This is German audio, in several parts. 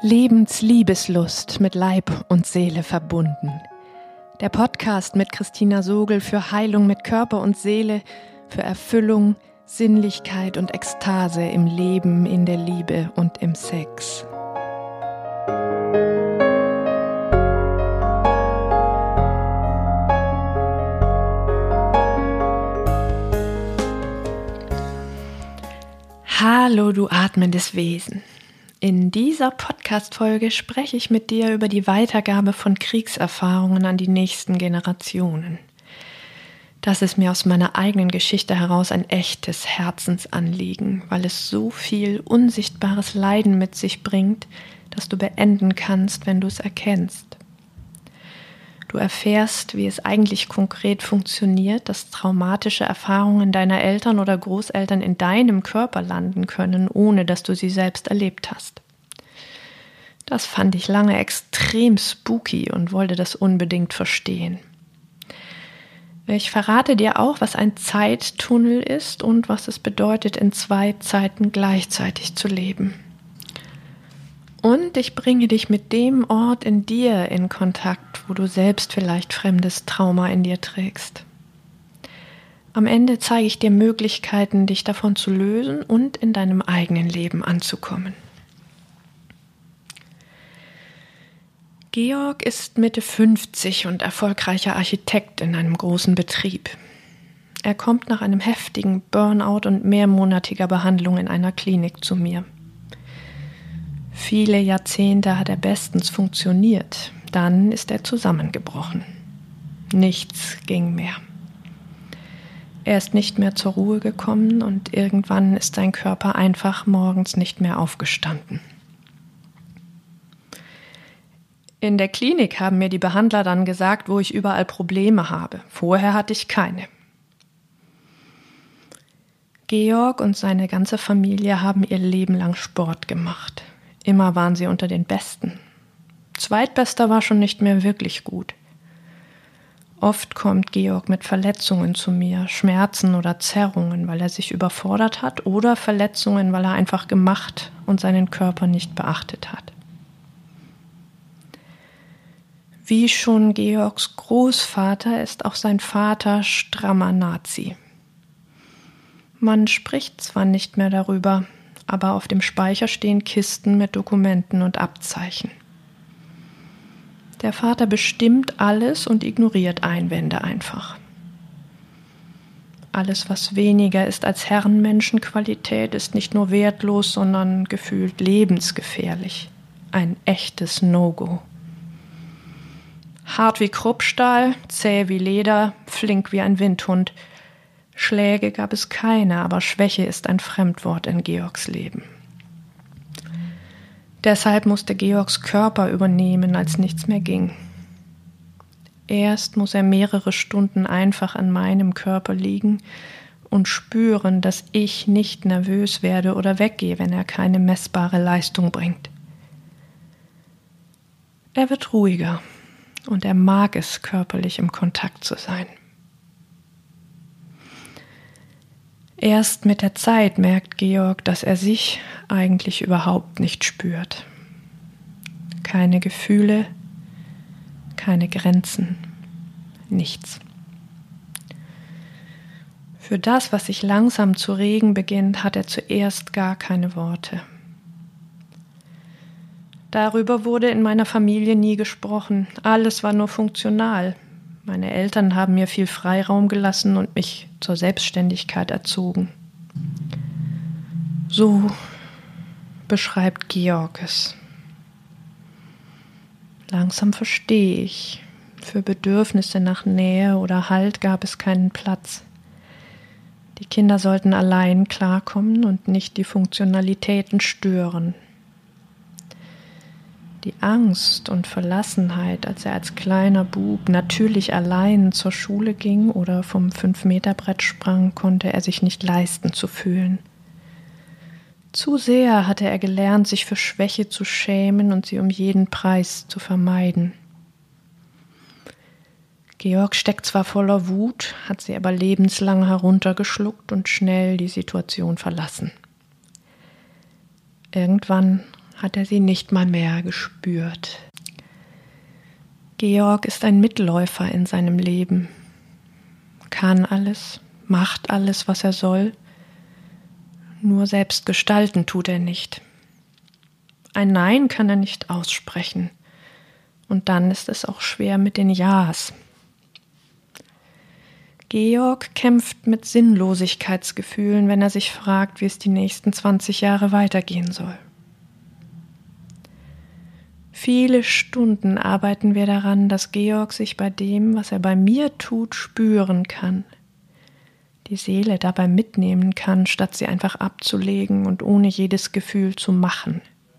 Lebensliebeslust mit Leib und Seele verbunden. Der Podcast mit Christina Sogel für Heilung mit Körper und Seele, für Erfüllung, Sinnlichkeit und Ekstase im Leben, in der Liebe und im Sex. Hallo, du atmendes Wesen. In dieser Podcast-Folge spreche ich mit dir über die Weitergabe von Kriegserfahrungen an die nächsten Generationen. Das ist mir aus meiner eigenen Geschichte heraus ein echtes Herzensanliegen, weil es so viel unsichtbares Leiden mit sich bringt, das du beenden kannst, wenn du es erkennst. Du erfährst, wie es eigentlich konkret funktioniert, dass traumatische Erfahrungen deiner Eltern oder Großeltern in deinem Körper landen können, ohne dass du sie selbst erlebt hast. Das fand ich lange extrem spooky und wollte das unbedingt verstehen. Ich verrate dir auch, was ein Zeittunnel ist und was es bedeutet, in 2 Zeiten gleichzeitig zu leben. Und ich bringe dich mit dem Ort in dir in Kontakt, wo du selbst vielleicht fremdes Trauma in dir trägst. Am Ende zeige ich dir Möglichkeiten, dich davon zu lösen und in deinem eigenen Leben anzukommen. Georg ist Mitte 50 und erfolgreicher Architekt in einem großen Betrieb. Er kommt nach einem heftigen Burnout und mehrmonatiger Behandlung in einer Klinik zu mir. Viele Jahrzehnte hat er bestens funktioniert, dann ist er zusammengebrochen. Nichts ging mehr. Er ist nicht mehr zur Ruhe gekommen und irgendwann ist sein Körper einfach morgens nicht mehr aufgestanden. In der Klinik haben mir die Behandler dann gesagt, wo ich überall Probleme habe. Vorher hatte ich keine. Georg und seine ganze Familie haben ihr Leben lang Sport gemacht. Immer waren sie unter den Besten. Zweitbester war schon nicht mehr wirklich gut. Oft kommt Georg mit Verletzungen zu mir, Schmerzen oder Zerrungen, weil er sich überfordert hat, oder Verletzungen, weil er einfach gemacht und seinen Körper nicht beachtet hat. Wie schon Georgs Großvater ist auch sein Vater strammer Nazi. Man spricht zwar nicht mehr darüber, aber auf dem Speicher stehen Kisten mit Dokumenten und Abzeichen. Der Vater bestimmt alles und ignoriert Einwände einfach. Alles, was weniger ist als Herrenmenschenqualität, ist nicht nur wertlos, sondern gefühlt lebensgefährlich. Ein echtes No-Go. Hart wie Kruppstahl, zäh wie Leder, flink wie ein Windhund. Schläge gab es keine, aber Schwäche ist ein Fremdwort in Georgs Leben. Deshalb musste Georgs Körper übernehmen, als nichts mehr ging. Erst muss er mehrere Stunden einfach an meinem Körper liegen und spüren, dass ich nicht nervös werde oder weggehe, wenn er keine messbare Leistung bringt. Er wird ruhiger und er mag es, körperlich im Kontakt zu sein. Erst mit der Zeit merkt Georg, dass er sich eigentlich überhaupt nicht spürt. Keine Gefühle, keine Grenzen, nichts. Für das, was sich langsam zu regen beginnt, hat er zuerst gar keine Worte. Darüber wurde in meiner Familie nie gesprochen. Alles war nur funktional. Meine Eltern haben mir viel Freiraum gelassen und mich zur Selbstständigkeit erzogen. So beschreibt Georg es. Langsam verstehe ich. Für Bedürfnisse nach Nähe oder Halt gab es keinen Platz. Die Kinder sollten allein klarkommen und nicht die Funktionalitäten stören. Die Angst und Verlassenheit, als er als kleiner Bub natürlich allein zur Schule ging oder vom 5-Meter-Brett sprang, konnte er sich nicht leisten zu fühlen. Zu sehr hatte er gelernt, sich für Schwäche zu schämen und sie um jeden Preis zu vermeiden. Georg steckt zwar voller Wut, hat sie aber lebenslang heruntergeschluckt und schnell die Situation verlassen. Irgendwann hat er sie nicht mal mehr gespürt. Georg ist ein Mitläufer in seinem Leben, kann alles, macht alles, was er soll, nur selbst gestalten tut er nicht. Ein Nein kann er nicht aussprechen und dann ist es auch schwer mit den Ja's. Georg kämpft mit Sinnlosigkeitsgefühlen, wenn er sich fragt, wie es die nächsten 20 Jahre weitergehen soll. Viele Stunden arbeiten wir daran, dass Georg sich bei dem, was er bei mir tut, spüren kann. Die Seele dabei mitnehmen kann, statt sie einfach abzulegen und ohne jedes Gefühl zu machen.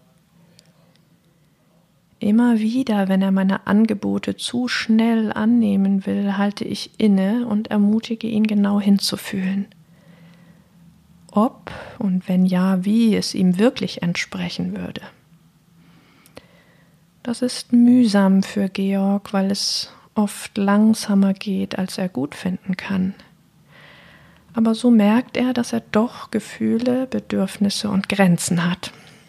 Immer wieder, wenn er meine Angebote zu schnell annehmen will, halte ich inne und ermutige ihn genau hinzufühlen. Ob und wenn ja, wie es ihm wirklich entsprechen würde. Das ist mühsam für Georg, weil es oft langsamer geht, als er gut finden kann. Aber so merkt er, dass er doch Gefühle, Bedürfnisse und Grenzen hat.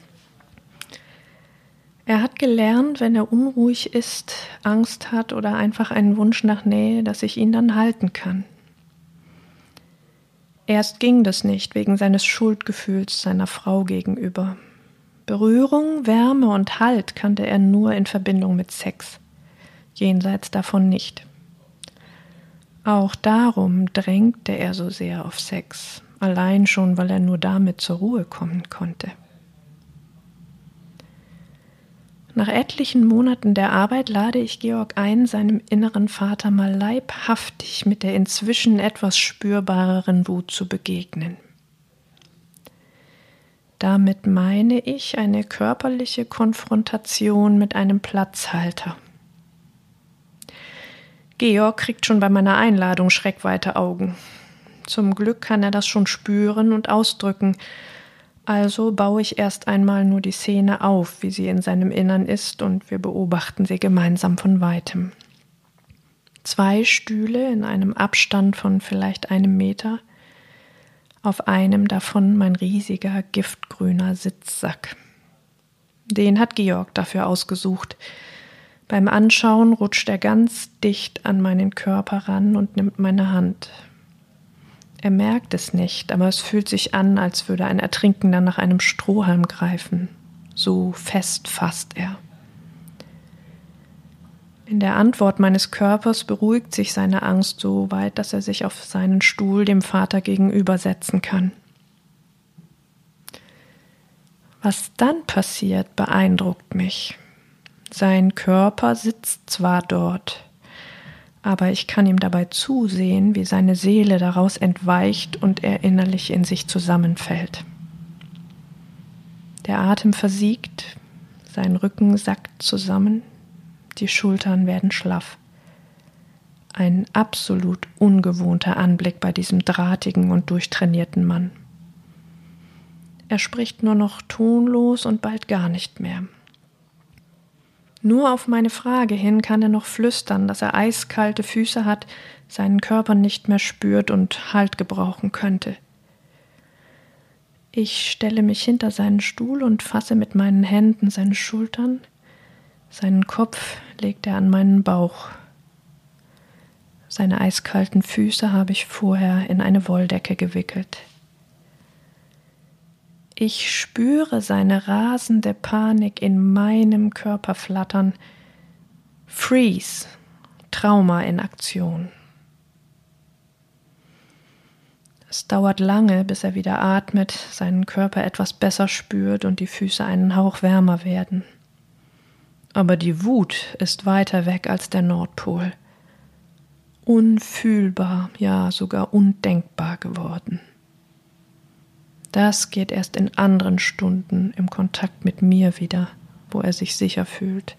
Er hat gelernt, wenn er unruhig ist, Angst hat oder einfach einen Wunsch nach Nähe, dass ich ihn dann halten kann. Erst ging das nicht wegen seines Schuldgefühls seiner Frau gegenüber. Berührung, Wärme und Halt kannte er nur in Verbindung mit Sex, jenseits davon nicht. Auch darum drängte er so sehr auf Sex, allein schon, weil er nur damit zur Ruhe kommen konnte. Nach etlichen Monaten der Arbeit lade ich Georg ein, seinem inneren Vater mal leibhaftig mit der inzwischen etwas spürbareren Wut zu begegnen. Damit meine ich eine körperliche Konfrontation mit einem Platzhalter. Georg kriegt schon bei meiner Einladung schreckweite Augen. Zum Glück kann er das schon spüren und ausdrücken. Also baue ich erst einmal nur die Szene auf, wie sie in seinem Innern ist, und wir beobachten sie gemeinsam von Weitem. 2 Stühle in einem Abstand von vielleicht 1 Meter, auf einem davon mein riesiger, giftgrüner Sitzsack. Den hat Georg dafür ausgesucht. Beim Anschauen rutscht er ganz dicht an meinen Körper ran und nimmt meine Hand. Er merkt es nicht, aber es fühlt sich an, als würde ein Ertrinkender nach einem Strohhalm greifen. So fest fasst er. In der Antwort meines Körpers beruhigt sich seine Angst so weit, dass er sich auf seinen Stuhl dem Vater gegenübersetzen kann. Was dann passiert, beeindruckt mich. Sein Körper sitzt zwar dort, aber ich kann ihm dabei zusehen, wie seine Seele daraus entweicht und er innerlich in sich zusammenfällt. Der Atem versiegt, sein Rücken sackt zusammen, die Schultern werden schlaff. Ein absolut ungewohnter Anblick bei diesem drahtigen und durchtrainierten Mann. Er spricht nur noch tonlos und bald gar nicht mehr. Nur auf meine Frage hin kann er noch flüstern, dass er eiskalte Füße hat, seinen Körper nicht mehr spürt und Halt gebrauchen könnte. Ich stelle mich hinter seinen Stuhl und fasse mit meinen Händen seine Schultern. Seinen Kopf legt er an meinen Bauch. Seine eiskalten Füße habe ich vorher in eine Wolldecke gewickelt. Ich spüre seine rasende Panik in meinem Körper flattern. Freeze, Trauma in Aktion. Es dauert lange, bis er wieder atmet, seinen Körper etwas besser spürt und die Füße einen Hauch wärmer werden. Aber die Wut ist weiter weg als der Nordpol. Unfühlbar, ja sogar undenkbar geworden. Das geht erst in anderen Stunden im Kontakt mit mir wieder, wo er sich sicher fühlt.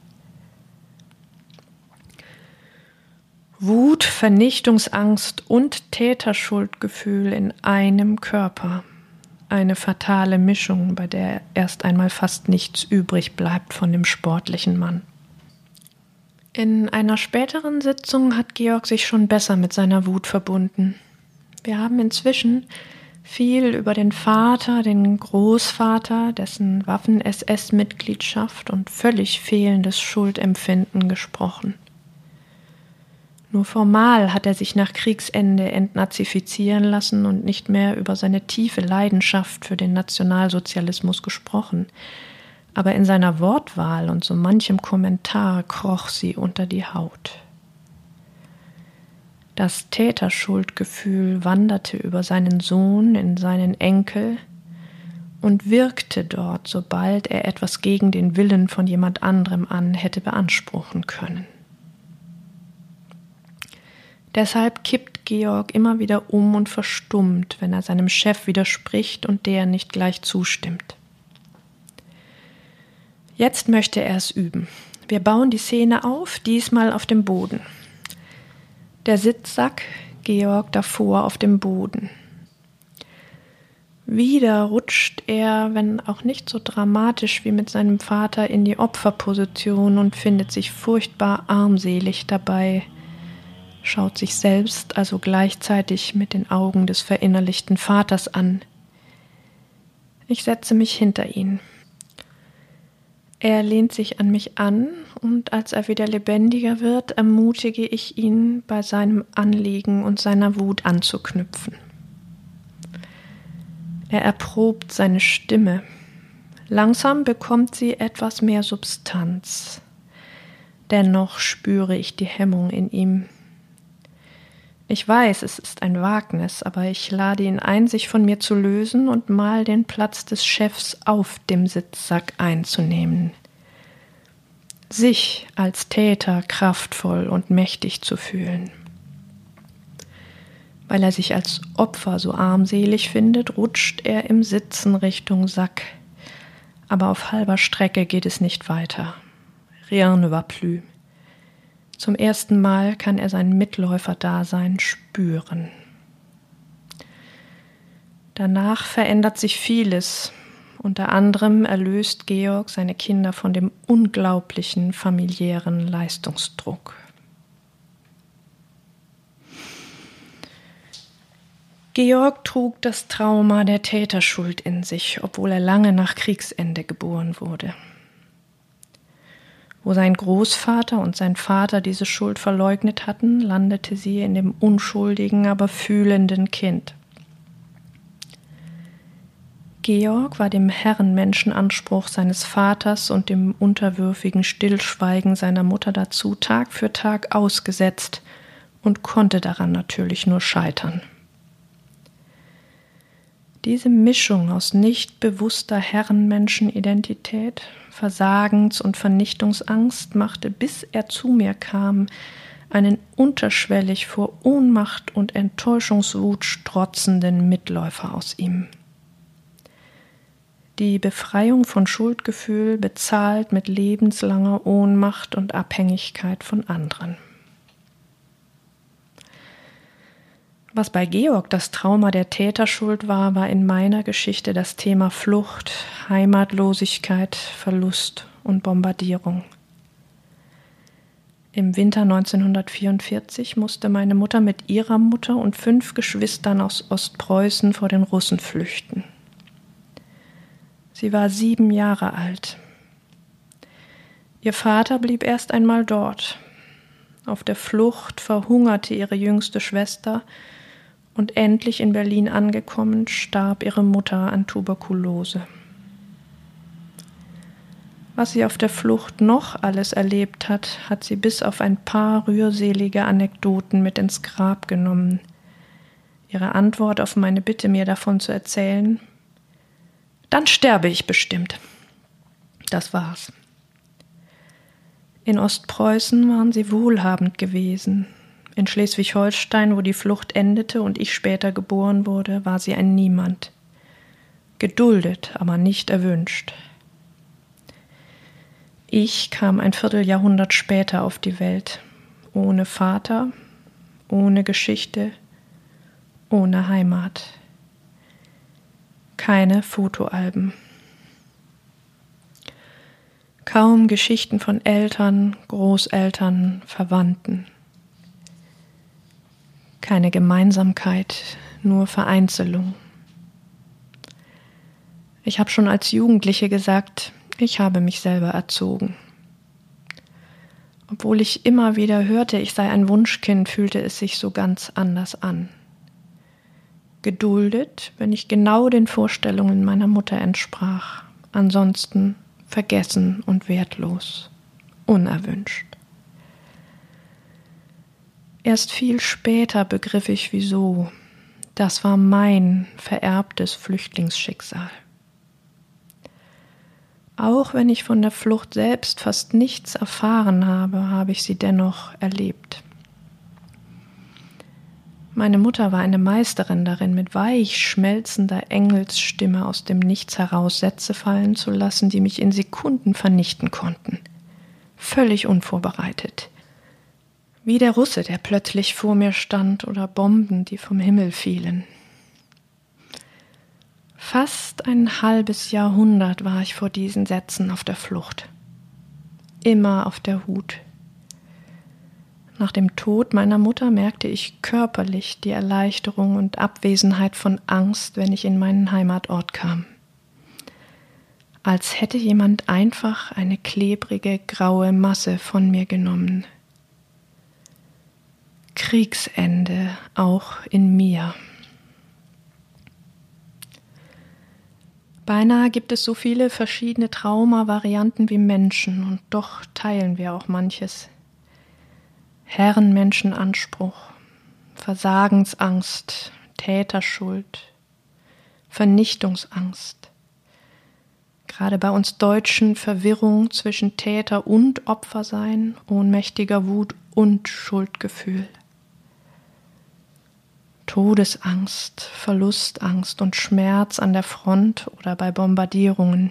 Wut, Vernichtungsangst und Täterschuldgefühl in einem Körper. Eine fatale Mischung, bei der erst einmal fast nichts übrig bleibt von dem sportlichen Mann. In einer späteren Sitzung hat Georg sich schon besser mit seiner Wut verbunden. Wir haben inzwischen Viel über den Vater, den Großvater, dessen Waffen-SS-Mitgliedschaft und völlig fehlendes Schuldempfinden gesprochen. Nur formal hat er sich nach Kriegsende entnazifizieren lassen und nicht mehr über seine tiefe Leidenschaft für den Nationalsozialismus gesprochen. Aber in seiner Wortwahl und so manchem Kommentar kroch sie unter die Haut. Das Täterschuldgefühl wanderte über seinen Sohn in seinen Enkel und wirkte dort, sobald er etwas gegen den Willen von jemand anderem an hätte beanspruchen können. Deshalb kippt Georg immer wieder um und verstummt, wenn er seinem Chef widerspricht und der nicht gleich zustimmt. Jetzt möchte er es üben. Wir bauen die Szene auf, diesmal auf dem Boden. Der Sitzsack, Georg davor auf dem Boden. Wieder rutscht er, wenn auch nicht so dramatisch wie mit seinem Vater, in die Opferposition und findet sich furchtbar armselig dabei, schaut sich selbst also gleichzeitig mit den Augen des verinnerlichten Vaters an. Ich setze mich hinter ihn. Er lehnt sich an mich an und als er wieder lebendiger wird, ermutige ich ihn, bei seinem Anliegen und seiner Wut anzuknüpfen. Er erprobt seine Stimme. Langsam bekommt sie etwas mehr Substanz. Dennoch spüre ich die Hemmung in ihm. Ich weiß, es ist ein Wagnis, aber ich lade ihn ein, sich von mir zu lösen und mal den Platz des Chefs auf dem Sitzsack einzunehmen. Sich als Täter kraftvoll und mächtig zu fühlen. Weil er sich als Opfer so armselig findet, rutscht er im Sitzen Richtung Sack. Aber auf halber Strecke geht es nicht weiter. Rien ne va plus. Zum ersten Mal kann er sein Mitläuferdasein spüren. Danach verändert sich vieles. Unter anderem erlöst Georg seine Kinder von dem unglaublichen familiären Leistungsdruck. Georg trug das Trauma der Täterschuld in sich, obwohl er lange nach Kriegsende geboren wurde. Wo sein Großvater und sein Vater diese Schuld verleugnet hatten, landete sie in dem unschuldigen, aber fühlenden Kind. Georg war dem Herrenmenschenanspruch seines Vaters und dem unterwürfigen Stillschweigen seiner Mutter dazu Tag für Tag ausgesetzt und konnte daran natürlich nur scheitern. Diese Mischung aus nicht bewusster Herrenmenschenidentität, Versagens- und Vernichtungsangst machte, bis er zu mir kam, einen unterschwellig vor Ohnmacht und Enttäuschungswut strotzenden Mitläufer aus ihm. Die Befreiung von Schuldgefühl bezahlt mit lebenslanger Ohnmacht und Abhängigkeit von anderen. Was bei Georg das Trauma der Täterschuld war, war in meiner Geschichte das Thema Flucht, Heimatlosigkeit, Verlust und Bombardierung. Im Winter 1944 musste meine Mutter mit ihrer Mutter und 5 Geschwistern aus Ostpreußen vor den Russen flüchten. Sie war 7 Jahre alt. Ihr Vater blieb erst einmal dort. Auf der Flucht verhungerte ihre jüngste Schwester und endlich in Berlin angekommen, starb ihre Mutter an Tuberkulose. Was sie auf der Flucht noch alles erlebt hat, hat sie bis auf ein paar rührselige Anekdoten mit ins Grab genommen. Ihre Antwort auf meine Bitte, mir davon zu erzählen: Dann sterbe ich bestimmt. Das war's. In Ostpreußen waren sie wohlhabend gewesen. In Schleswig-Holstein, wo die Flucht endete und ich später geboren wurde, war sie ein Niemand. Geduldet, aber nicht erwünscht. Ich kam ein Vierteljahrhundert später auf die Welt, ohne Vater, ohne Geschichte, ohne Heimat. Keine Fotoalben. Kaum Geschichten von Eltern, Großeltern, Verwandten. Keine Gemeinsamkeit, nur Vereinzelung. Ich habe schon als Jugendliche gesagt, ich habe mich selber erzogen. Obwohl ich immer wieder hörte, ich sei ein Wunschkind, fühlte es sich so ganz anders an. Geduldet, wenn ich genau den Vorstellungen meiner Mutter entsprach, ansonsten vergessen und wertlos, unerwünscht. Erst viel später begriff ich, wieso. Das war mein vererbtes Flüchtlingsschicksal. Auch wenn ich von der Flucht selbst fast nichts erfahren habe, habe ich sie dennoch erlebt. Meine Mutter war eine Meisterin darin, mit weich schmelzender Engelsstimme aus dem Nichts heraus Sätze fallen zu lassen, die mich in Sekunden vernichten konnten. Völlig unvorbereitet. Wie der Russe, der plötzlich vor mir stand, oder Bomben, die vom Himmel fielen. Fast ein halbes Jahrhundert war ich vor diesen Sätzen auf der Flucht. Immer auf der Hut. Nach dem Tod meiner Mutter merkte ich körperlich die Erleichterung und Abwesenheit von Angst, wenn ich in meinen Heimatort kam. Als hätte jemand einfach eine klebrige, graue Masse von mir genommen. Kriegsende auch in mir. Beinahe gibt es so viele verschiedene Traumavarianten wie Menschen, und doch teilen wir auch manches. Herrenmenschenanspruch, Versagensangst, Täterschuld, Vernichtungsangst. Gerade bei uns Deutschen Verwirrung zwischen Täter und Opfer sein, ohnmächtiger Wut und Schuldgefühl. Todesangst, Verlustangst und Schmerz an der Front oder bei Bombardierungen.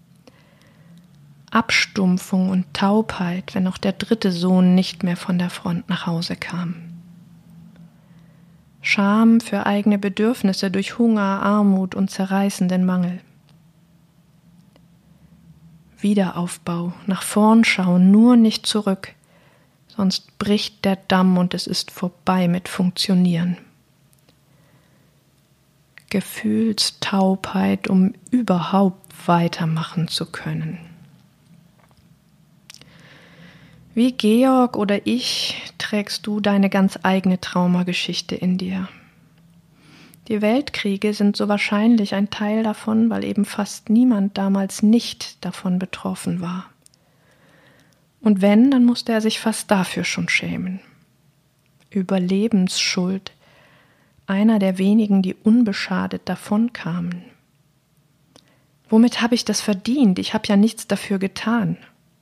Abstumpfung und Taubheit, wenn auch der dritte Sohn nicht mehr von der Front nach Hause kam. Scham für eigene Bedürfnisse durch Hunger, Armut und zerreißenden Mangel. Wiederaufbau, nach vorn schauen, nur nicht zurück, sonst bricht der Damm und es ist vorbei mit Funktionieren. Gefühlstaubheit, um überhaupt weitermachen zu können. Wie Georg oder ich trägst du deine ganz eigene Traumageschichte in dir. Die Weltkriege sind so wahrscheinlich ein Teil davon, weil eben fast niemand damals nicht davon betroffen war. Und wenn, dann musste er sich fast dafür schon schämen. Überlebensschuld. Einer der wenigen, die unbeschadet davonkamen. Womit habe ich das verdient? Ich habe ja nichts dafür getan.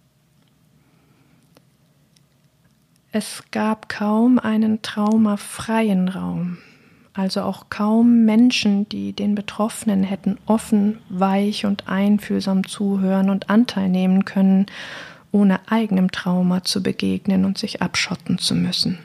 Es gab kaum einen traumafreien Raum, also auch kaum Menschen, die den Betroffenen hätten offen, weich und einfühlsam zuhören und Anteil nehmen können, ohne eigenem Trauma zu begegnen und sich abschotten zu müssen.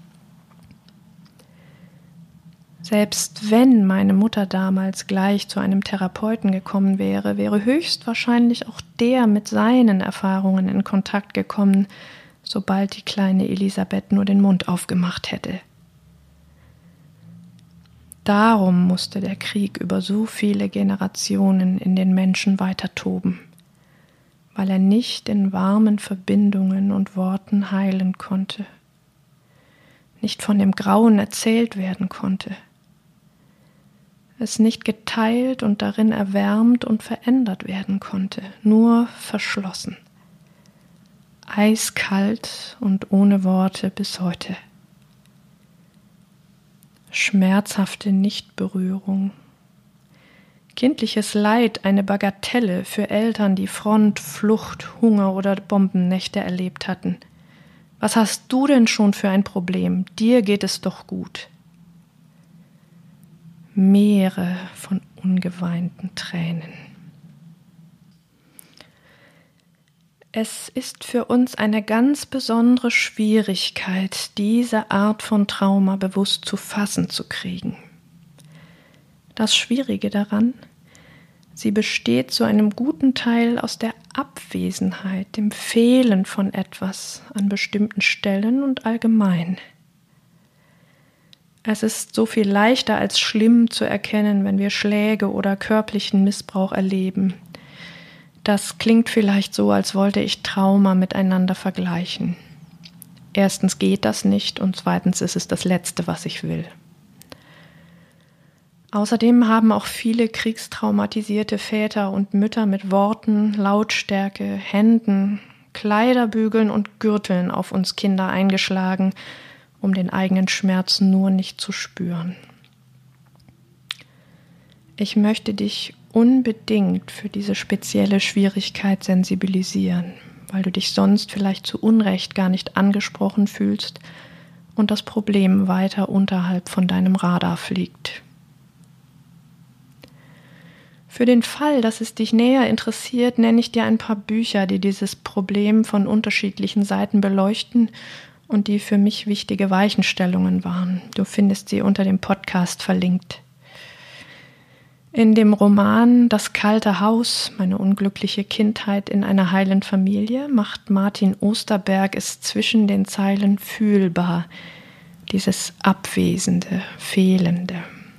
Selbst wenn meine Mutter damals gleich zu einem Therapeuten gekommen wäre, wäre höchstwahrscheinlich auch der mit seinen Erfahrungen in Kontakt gekommen, sobald die kleine Elisabeth nur den Mund aufgemacht hätte. Darum musste der Krieg über so viele Generationen in den Menschen weiter toben, weil er nicht in warmen Verbindungen und Worten heilen konnte, nicht von dem Grauen erzählt werden konnte, es nicht geteilt und darin erwärmt und verändert werden konnte, nur verschlossen. Eiskalt und ohne Worte bis heute. Schmerzhafte Nichtberührung. Kindliches Leid, eine Bagatelle für Eltern, die Front, Flucht, Hunger oder Bombennächte erlebt hatten. Was hast du denn schon für ein Problem? Dir geht es doch gut. Meere von ungeweinten Tränen. Es ist für uns eine ganz besondere Schwierigkeit, diese Art von Trauma bewusst zu fassen zu kriegen. Das Schwierige daran, sie besteht zu einem guten Teil aus der Abwesenheit, dem Fehlen von etwas an bestimmten Stellen und allgemein. Es ist so viel leichter als schlimm zu erkennen, wenn wir Schläge oder körperlichen Missbrauch erleben. Das klingt vielleicht so, als wollte ich Trauma miteinander vergleichen. Erstens geht das nicht und zweitens ist es das Letzte, was ich will. Außerdem haben auch viele kriegstraumatisierte Väter und Mütter mit Worten, Lautstärke, Händen, Kleiderbügeln und Gürteln auf uns Kinder eingeschlagen, um den eigenen Schmerz nur nicht zu spüren. Ich möchte dich unbedingt für diese spezielle Schwierigkeit sensibilisieren, weil du dich sonst vielleicht zu Unrecht gar nicht angesprochen fühlst und das Problem weiter unterhalb von deinem Radar fliegt. Für den Fall, dass es dich näher interessiert, nenne ich dir ein paar Bücher, die dieses Problem von unterschiedlichen Seiten beleuchten und die für mich wichtige Weichenstellungen waren. Du findest sie unter dem Podcast verlinkt. In dem Roman Das kalte Haus, meine unglückliche Kindheit in einer heilen Familie, macht Martin Osterberg es zwischen den Zeilen fühlbar, dieses Abwesende, Fehlende.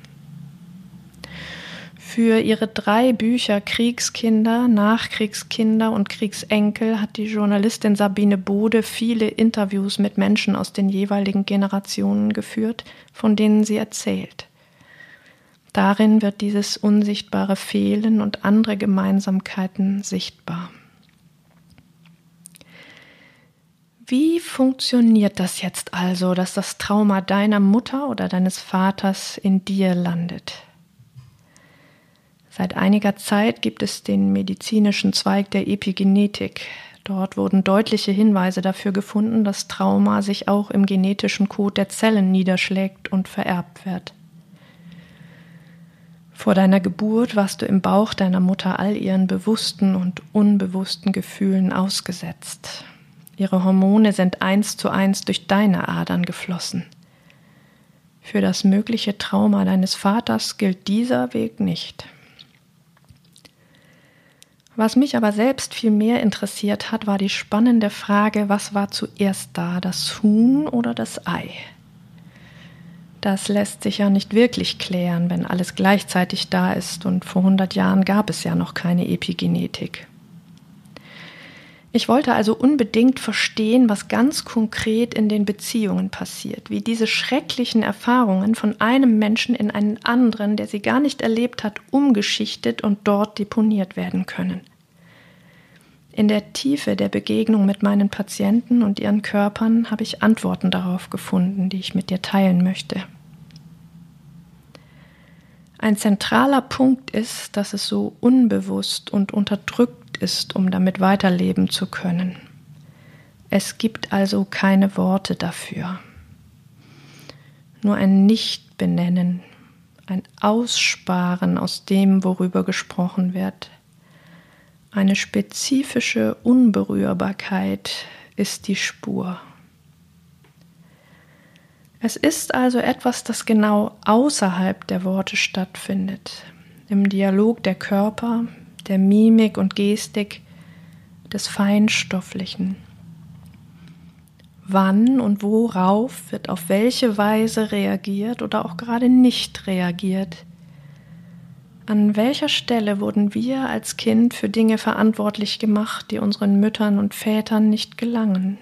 Für ihre 3 Bücher Kriegskinder, Nachkriegskinder und Kriegsenkel hat die Journalistin Sabine Bode viele Interviews mit Menschen aus den jeweiligen Generationen geführt, von denen sie erzählt. Darin wird dieses unsichtbare Fehlen und andere Gemeinsamkeiten sichtbar. Wie funktioniert das jetzt also, dass das Trauma deiner Mutter oder deines Vaters in dir landet? Seit einiger Zeit gibt es den medizinischen Zweig der Epigenetik. Dort wurden deutliche Hinweise dafür gefunden, dass Trauma sich auch im genetischen Code der Zellen niederschlägt und vererbt wird. Vor deiner Geburt warst du im Bauch deiner Mutter all ihren bewussten und unbewussten Gefühlen ausgesetzt. Ihre Hormone sind 1:1 durch deine Adern geflossen. Für das mögliche Trauma deines Vaters gilt dieser Weg nicht. Was mich aber selbst viel mehr interessiert hat, war die spannende Frage, was war zuerst da, das Huhn oder das Ei? Das lässt sich ja nicht wirklich klären, wenn alles gleichzeitig da ist und vor 100 Jahren gab es ja noch keine Epigenetik. Ich wollte also unbedingt verstehen, was ganz konkret in den Beziehungen passiert, wie diese schrecklichen Erfahrungen von einem Menschen in einen anderen, der sie gar nicht erlebt hat, umgeschichtet und dort deponiert werden können. In der Tiefe der Begegnung mit meinen Patienten und ihren Körpern habe ich Antworten darauf gefunden, die ich mit dir teilen möchte. Ein zentraler Punkt ist, dass es so unbewusst und unterdrückt ist, um damit weiterleben zu können. Es gibt also keine Worte dafür. Nur ein Nicht-Benennen, ein Aussparen aus dem, worüber gesprochen wird. Eine spezifische Unberührbarkeit ist die Spur. Es ist also etwas, das genau außerhalb der Worte stattfindet, im Dialog der Körper, der Mimik und Gestik, des Feinstofflichen. Wann und worauf wird auf welche Weise reagiert oder auch gerade nicht reagiert? An welcher Stelle wurden wir als Kind für Dinge verantwortlich gemacht, die unseren Müttern und Vätern nicht gelangen?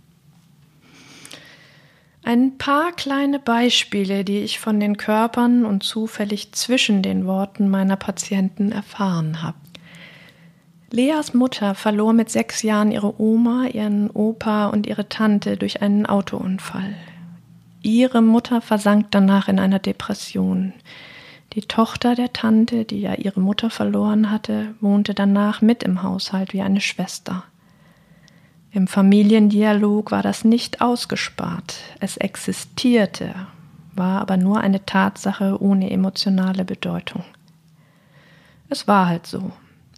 Ein paar kleine Beispiele, die ich von den Körpern und zufällig zwischen den Worten meiner Patienten erfahren habe. Leas Mutter verlor mit 6 Jahren ihre Oma, ihren Opa und ihre Tante durch einen Autounfall. Ihre Mutter versank danach in einer Depression. Die Tochter der Tante, die ja ihre Mutter verloren hatte, wohnte danach mit im Haushalt wie eine Schwester. Im Familiendialog war das nicht ausgespart. Es existierte, war aber nur eine Tatsache ohne emotionale Bedeutung. Es war halt so.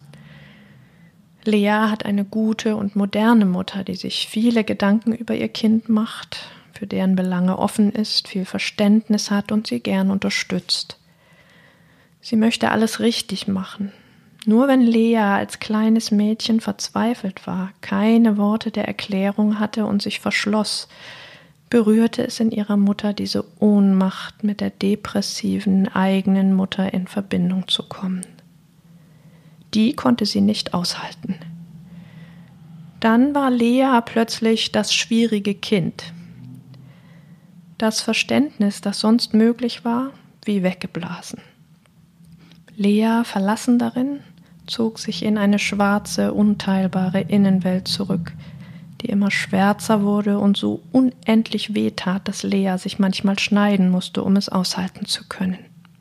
Lea hat eine gute und moderne Mutter, die sich viele Gedanken über ihr Kind macht, für deren Belange offen ist, viel Verständnis hat und sie gern unterstützt. Sie möchte alles richtig machen. Nur wenn Lea als kleines Mädchen verzweifelt war, keine Worte der Erklärung hatte und sich verschloss, berührte es in ihrer Mutter diese Ohnmacht, mit der depressiven eigenen Mutter in Verbindung zu kommen. Die konnte sie nicht aushalten. Dann war Lea plötzlich das schwierige Kind. Das Verständnis, das sonst möglich war, wie weggeblasen. Lea, verlassen darin, zog sich in eine schwarze, unteilbare Innenwelt zurück, die immer schwärzer wurde und so unendlich wehtat, dass Lea sich manchmal schneiden musste, um es aushalten zu können.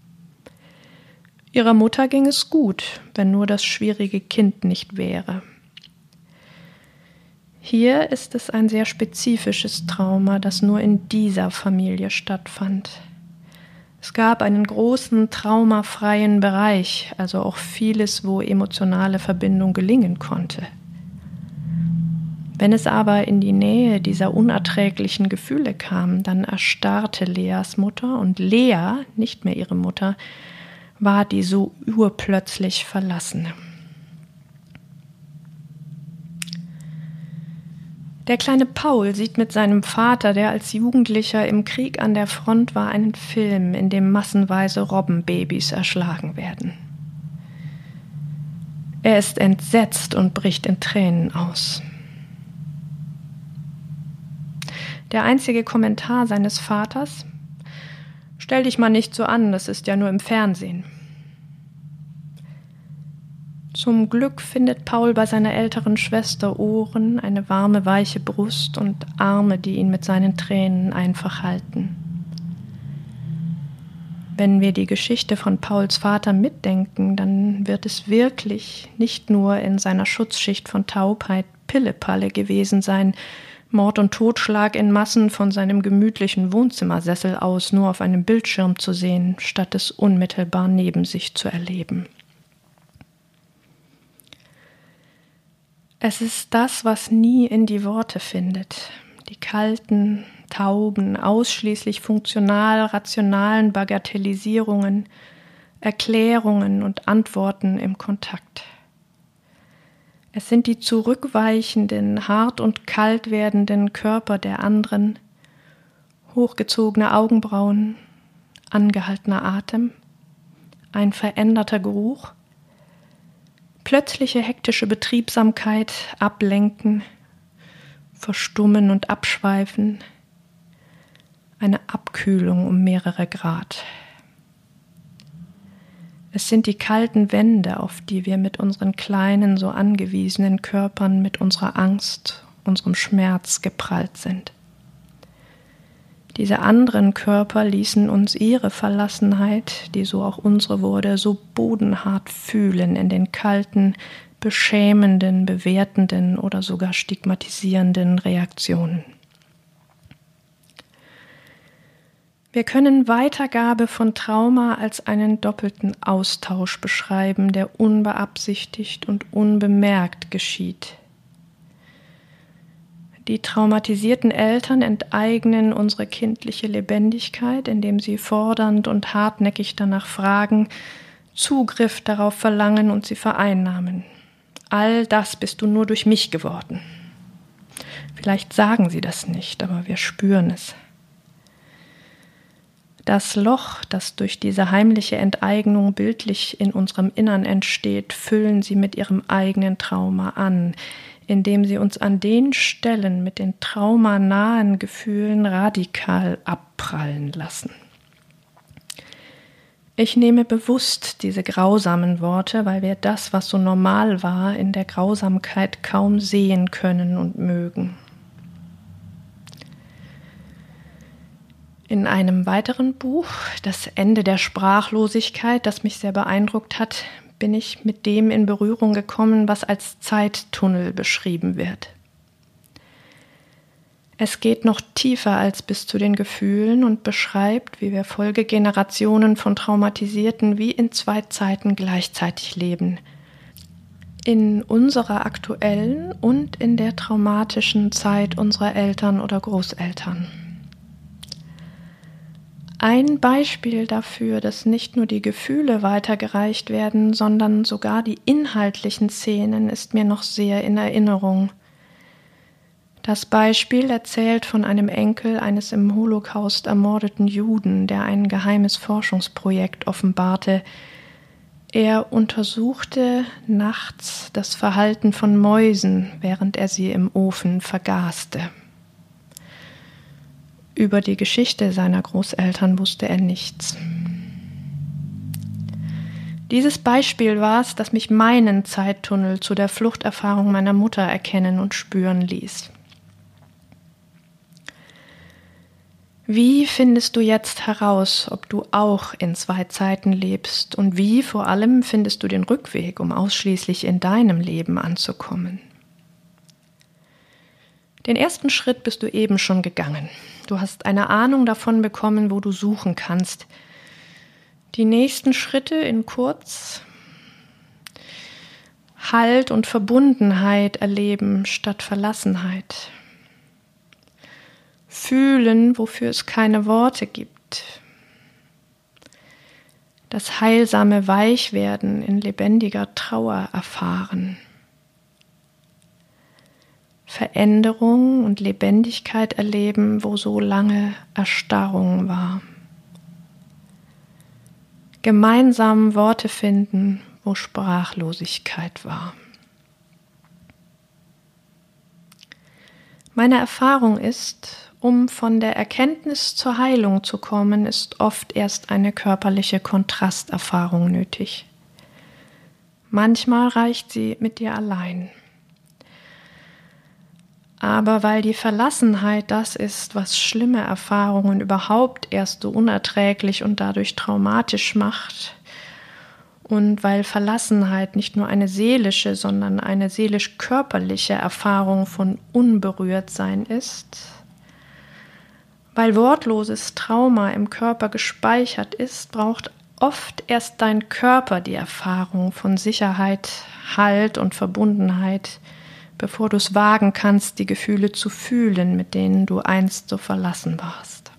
Ihrer Mutter ging es gut, wenn nur das schwierige Kind nicht wäre. Hier ist es ein sehr spezifisches Trauma, das nur in dieser Familie stattfand. Es gab einen großen traumafreien Bereich, also auch vieles, wo emotionale Verbindung gelingen konnte. Wenn es aber in die Nähe dieser unerträglichen Gefühle kam, dann erstarrte Leas Mutter und Lea, nicht mehr ihre Mutter, war die so urplötzlich Verlassene. Der kleine Paul sieht mit seinem Vater, der als Jugendlicher im Krieg an der Front war, einen Film, in dem massenweise Robbenbabys erschlagen werden. Er ist entsetzt und bricht in Tränen aus. Der einzige Kommentar seines Vaters: »Stell dich mal nicht so an, das ist ja nur im Fernsehen.« Zum Glück findet Paul bei seiner älteren Schwester Ohren, eine warme, weiche Brust und Arme, die ihn mit seinen Tränen einfach halten. Wenn wir die Geschichte von Pauls Vater mitdenken, dann wird es wirklich nicht nur in seiner Schutzschicht von Taubheit Pillepalle gewesen sein, Mord und Totschlag in Massen von seinem gemütlichen Wohnzimmersessel aus nur auf einem Bildschirm zu sehen, statt es unmittelbar neben sich zu erleben. Es ist das, was nie in die Worte findet. Die kalten, tauben, ausschließlich funktional rationalen Bagatellisierungen, Erklärungen und Antworten im Kontakt. Es sind die zurückweichenden, hart und kalt werdenden Körper der anderen, hochgezogene Augenbrauen, angehaltener Atem, ein veränderter Geruch, plötzliche hektische Betriebsamkeit, Ablenken, Verstummen und Abschweifen, eine Abkühlung um mehrere Grad. Es sind die kalten Wände, auf die wir mit unseren kleinen, so angewiesenen Körpern, mit unserer Angst, unserem Schmerz geprallt sind. Diese anderen Körper ließen uns ihre Verlassenheit, die so auch unsere wurde, so bodenhart fühlen in den kalten, beschämenden, bewertenden oder sogar stigmatisierenden Reaktionen. Wir können Weitergabe von Trauma als einen doppelten Austausch beschreiben, der unbeabsichtigt und unbemerkt geschieht. Die traumatisierten Eltern enteignen unsere kindliche Lebendigkeit, indem sie fordernd und hartnäckig danach fragen, Zugriff darauf verlangen und sie vereinnahmen. All das bist du nur durch mich geworden. Vielleicht sagen sie das nicht, aber wir spüren es. Das Loch, das durch diese heimliche Enteignung bildlich in unserem Innern entsteht, füllen sie mit ihrem eigenen Trauma an, indem sie uns an den Stellen mit den traumanahen Gefühlen radikal abprallen lassen. Ich nehme bewusst diese grausamen Worte, weil wir das, was so normal war, in der Grausamkeit kaum sehen können und mögen. In einem weiteren Buch, Das Ende der Sprachlosigkeit, das mich sehr beeindruckt hat, bin ich mit dem in Berührung gekommen, was als Zeittunnel beschrieben wird. Es geht noch tiefer als bis zu den Gefühlen und beschreibt, wie wir Folgegenerationen von Traumatisierten wie in zwei Zeiten gleichzeitig leben. In unserer aktuellen und in der traumatischen Zeit unserer Eltern oder Großeltern. Ein Beispiel dafür, dass nicht nur die Gefühle weitergereicht werden, sondern sogar die inhaltlichen Szenen, ist mir noch sehr in Erinnerung. Das Beispiel erzählt von einem Enkel eines im Holocaust ermordeten Juden, der ein geheimes Forschungsprojekt offenbarte. Er untersuchte nachts das Verhalten von Mäusen, während er sie im Ofen vergaste. Über die Geschichte seiner Großeltern wusste er nichts. Dieses Beispiel war es, das mich meinen Zeittunnel zu der Fluchterfahrung meiner Mutter erkennen und spüren ließ. Wie findest du jetzt heraus, ob du auch in 2 Zeiten lebst, und wie vor allem findest du den Rückweg, um ausschließlich in deinem Leben anzukommen? Den ersten Schritt bist du eben schon gegangen. Du hast eine Ahnung davon bekommen, wo du suchen kannst. Die nächsten Schritte in kurz: Halt und Verbundenheit erleben statt Verlassenheit. Fühlen, wofür es keine Worte gibt. Das heilsame Weichwerden in lebendiger Trauer erfahren. Veränderung und Lebendigkeit erleben, wo so lange Erstarrung war. Gemeinsam Worte finden, wo Sprachlosigkeit war. Meine Erfahrung ist, um von der Erkenntnis zur Heilung zu kommen, ist oft erst eine körperliche Kontrasterfahrung nötig. Manchmal reicht sie mit dir allein. Aber weil die Verlassenheit das ist, was schlimme Erfahrungen überhaupt erst so unerträglich und dadurch traumatisch macht, und weil Verlassenheit nicht nur eine seelische, sondern eine seelisch-körperliche Erfahrung von Unberührtsein ist, weil wortloses Trauma im Körper gespeichert ist, braucht oft erst dein Körper die Erfahrung von Sicherheit, Halt und Verbundenheit, bevor du es wagen kannst, die Gefühle zu fühlen, mit denen du einst so verlassen warst.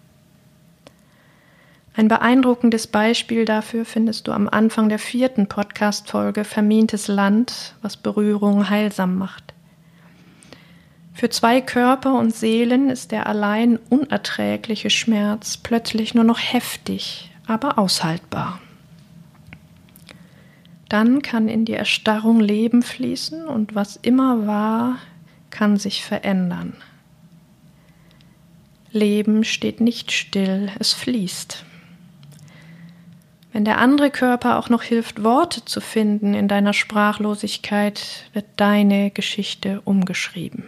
Ein beeindruckendes Beispiel dafür findest du am Anfang der 4. Podcast-Folge Vermintes Land, was Berührung heilsam macht. Für 2 Körper und Seelen ist der allein unerträgliche Schmerz plötzlich nur noch heftig, aber aushaltbar. Dann kann in die Erstarrung Leben fließen und was immer war, kann sich verändern. Leben steht nicht still, es fließt. Wenn der andere Körper auch noch hilft, Worte zu finden in deiner Sprachlosigkeit, wird deine Geschichte umgeschrieben.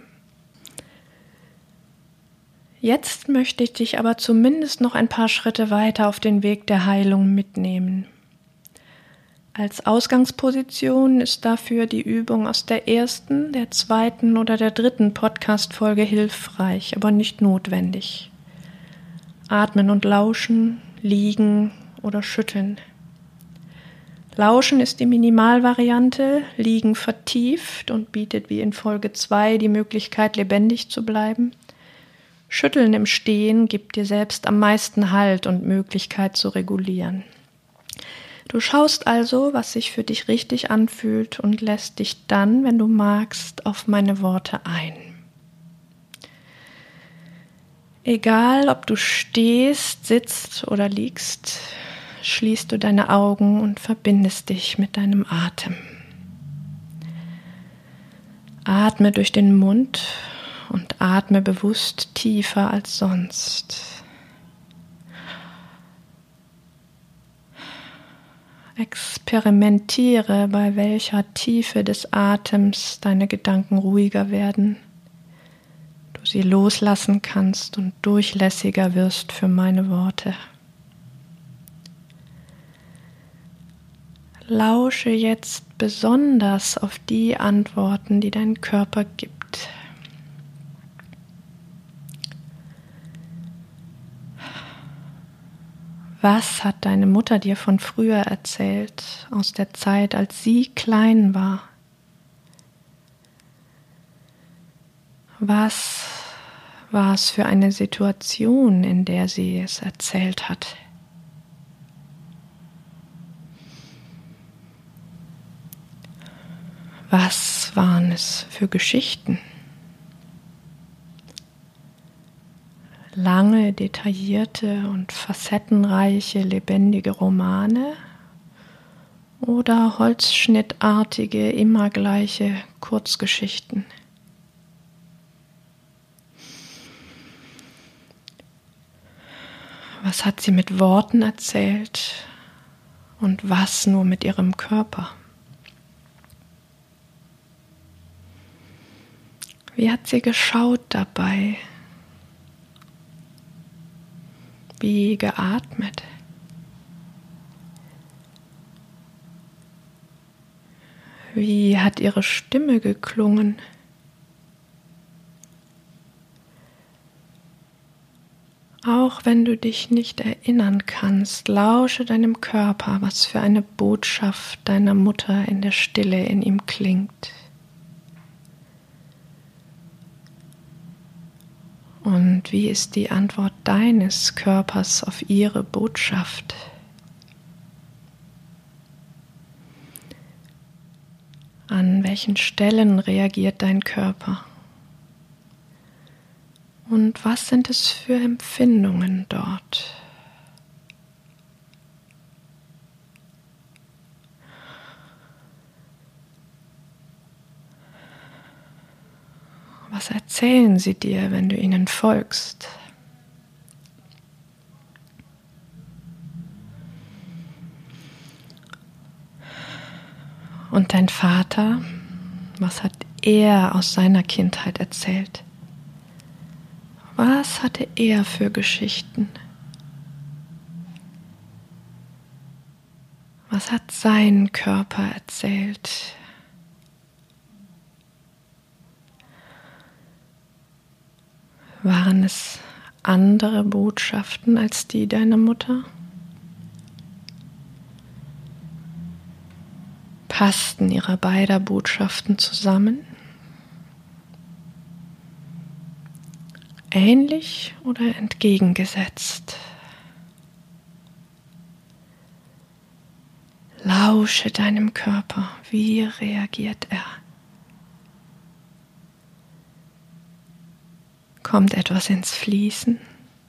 Jetzt möchte ich dich aber zumindest noch ein paar Schritte weiter auf den Weg der Heilung mitnehmen. Als Ausgangsposition ist dafür die Übung aus der 1., der 2. oder der 3. Podcast-Folge hilfreich, aber nicht notwendig. Atmen und lauschen, liegen oder schütteln. Lauschen ist die Minimalvariante, Liegen vertieft und bietet wie in Folge 2 die Möglichkeit, lebendig zu bleiben. Schütteln im Stehen gibt dir selbst am meisten Halt und Möglichkeit zu regulieren. Du schaust also, was sich für dich richtig anfühlt und lässt dich dann, wenn du magst, auf meine Worte ein. Egal, ob du stehst, sitzt oder liegst, schließt du deine Augen und verbindest dich mit deinem Atem. Atme durch den Mund und atme bewusst tiefer als sonst. Experimentiere, bei welcher Tiefe des Atems deine Gedanken ruhiger werden, du sie loslassen kannst und durchlässiger wirst für meine Worte. Lausche jetzt besonders auf die Antworten, die dein Körper gibt. Was hat deine Mutter dir von früher erzählt, aus der Zeit, als sie klein war? Was war es für eine Situation, in der sie es erzählt hat? Was waren es für Geschichten? lange, detaillierte und facettenreiche, lebendige Romane oder holzschnittartige, immer gleiche Kurzgeschichten? Was hat sie mit Worten erzählt und was nur mit ihrem Körper? Wie hat sie geschaut dabei? Wie geatmet? Wie hat ihre Stimme geklungen? Auch wenn du dich nicht erinnern kannst, lausche deinem Körper, was für eine Botschaft deiner Mutter in der Stille in ihm klingt. Und wie ist die Antwort deines Körpers auf ihre Botschaft? An welchen Stellen reagiert dein Körper? Und was sind es für Empfindungen dort? Was erzählen sie dir, wenn du ihnen folgst? Und dein Vater, was hat er aus seiner Kindheit erzählt? Was hatte er für Geschichten? Was hat sein Körper erzählt? Waren es andere Botschaften als die deiner Mutter? Passten ihre beider Botschaften zusammen? Ähnlich oder entgegengesetzt? Lausche deinem Körper. Wie reagiert er? Kommt etwas ins Fließen?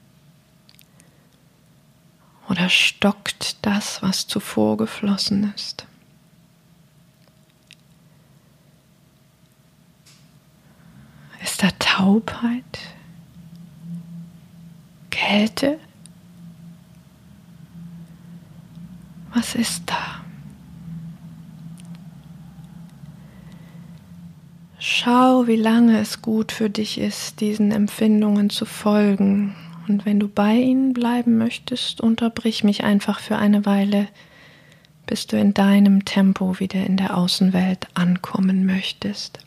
Oder stockt das, was zuvor geflossen ist? Ist da Taubheit? Kälte? Was ist da? Schau, wie lange es gut für dich ist, diesen Empfindungen zu folgen. Und wenn du bei ihnen bleiben möchtest, unterbrich mich einfach für eine Weile, bis du in deinem Tempo wieder in der Außenwelt ankommen möchtest.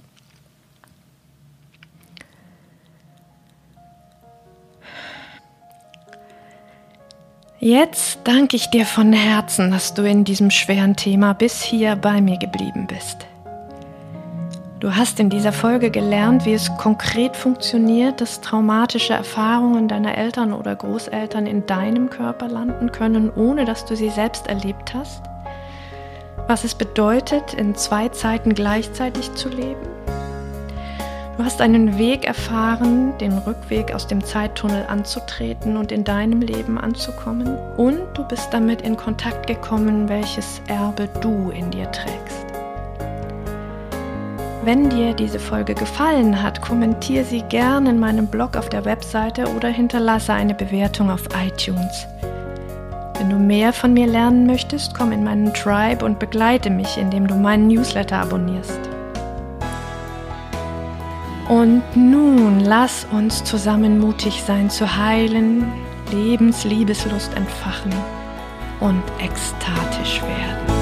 Jetzt danke ich dir von Herzen, dass du in diesem schweren Thema bis hier bei mir geblieben bist. Du hast in dieser Folge gelernt, wie es konkret funktioniert, dass traumatische Erfahrungen deiner Eltern oder Großeltern in deinem Körper landen können, ohne dass du sie selbst erlebt hast. Was es bedeutet, in 2 Zeiten gleichzeitig zu leben. Du hast einen Weg erfahren, den Rückweg aus dem Zeittunnel anzutreten und in deinem Leben anzukommen. Und du bist damit in Kontakt gekommen, welches Erbe du in dir trägst. Wenn dir diese Folge gefallen hat, kommentiere sie gerne in meinem Blog auf der Webseite oder hinterlasse eine Bewertung auf iTunes. Wenn du mehr von mir lernen möchtest, komm in meinen Tribe und begleite mich, indem du meinen Newsletter abonnierst. Und nun lass uns zusammen mutig sein zu heilen, Lebensliebeslust entfachen und ekstatisch werden.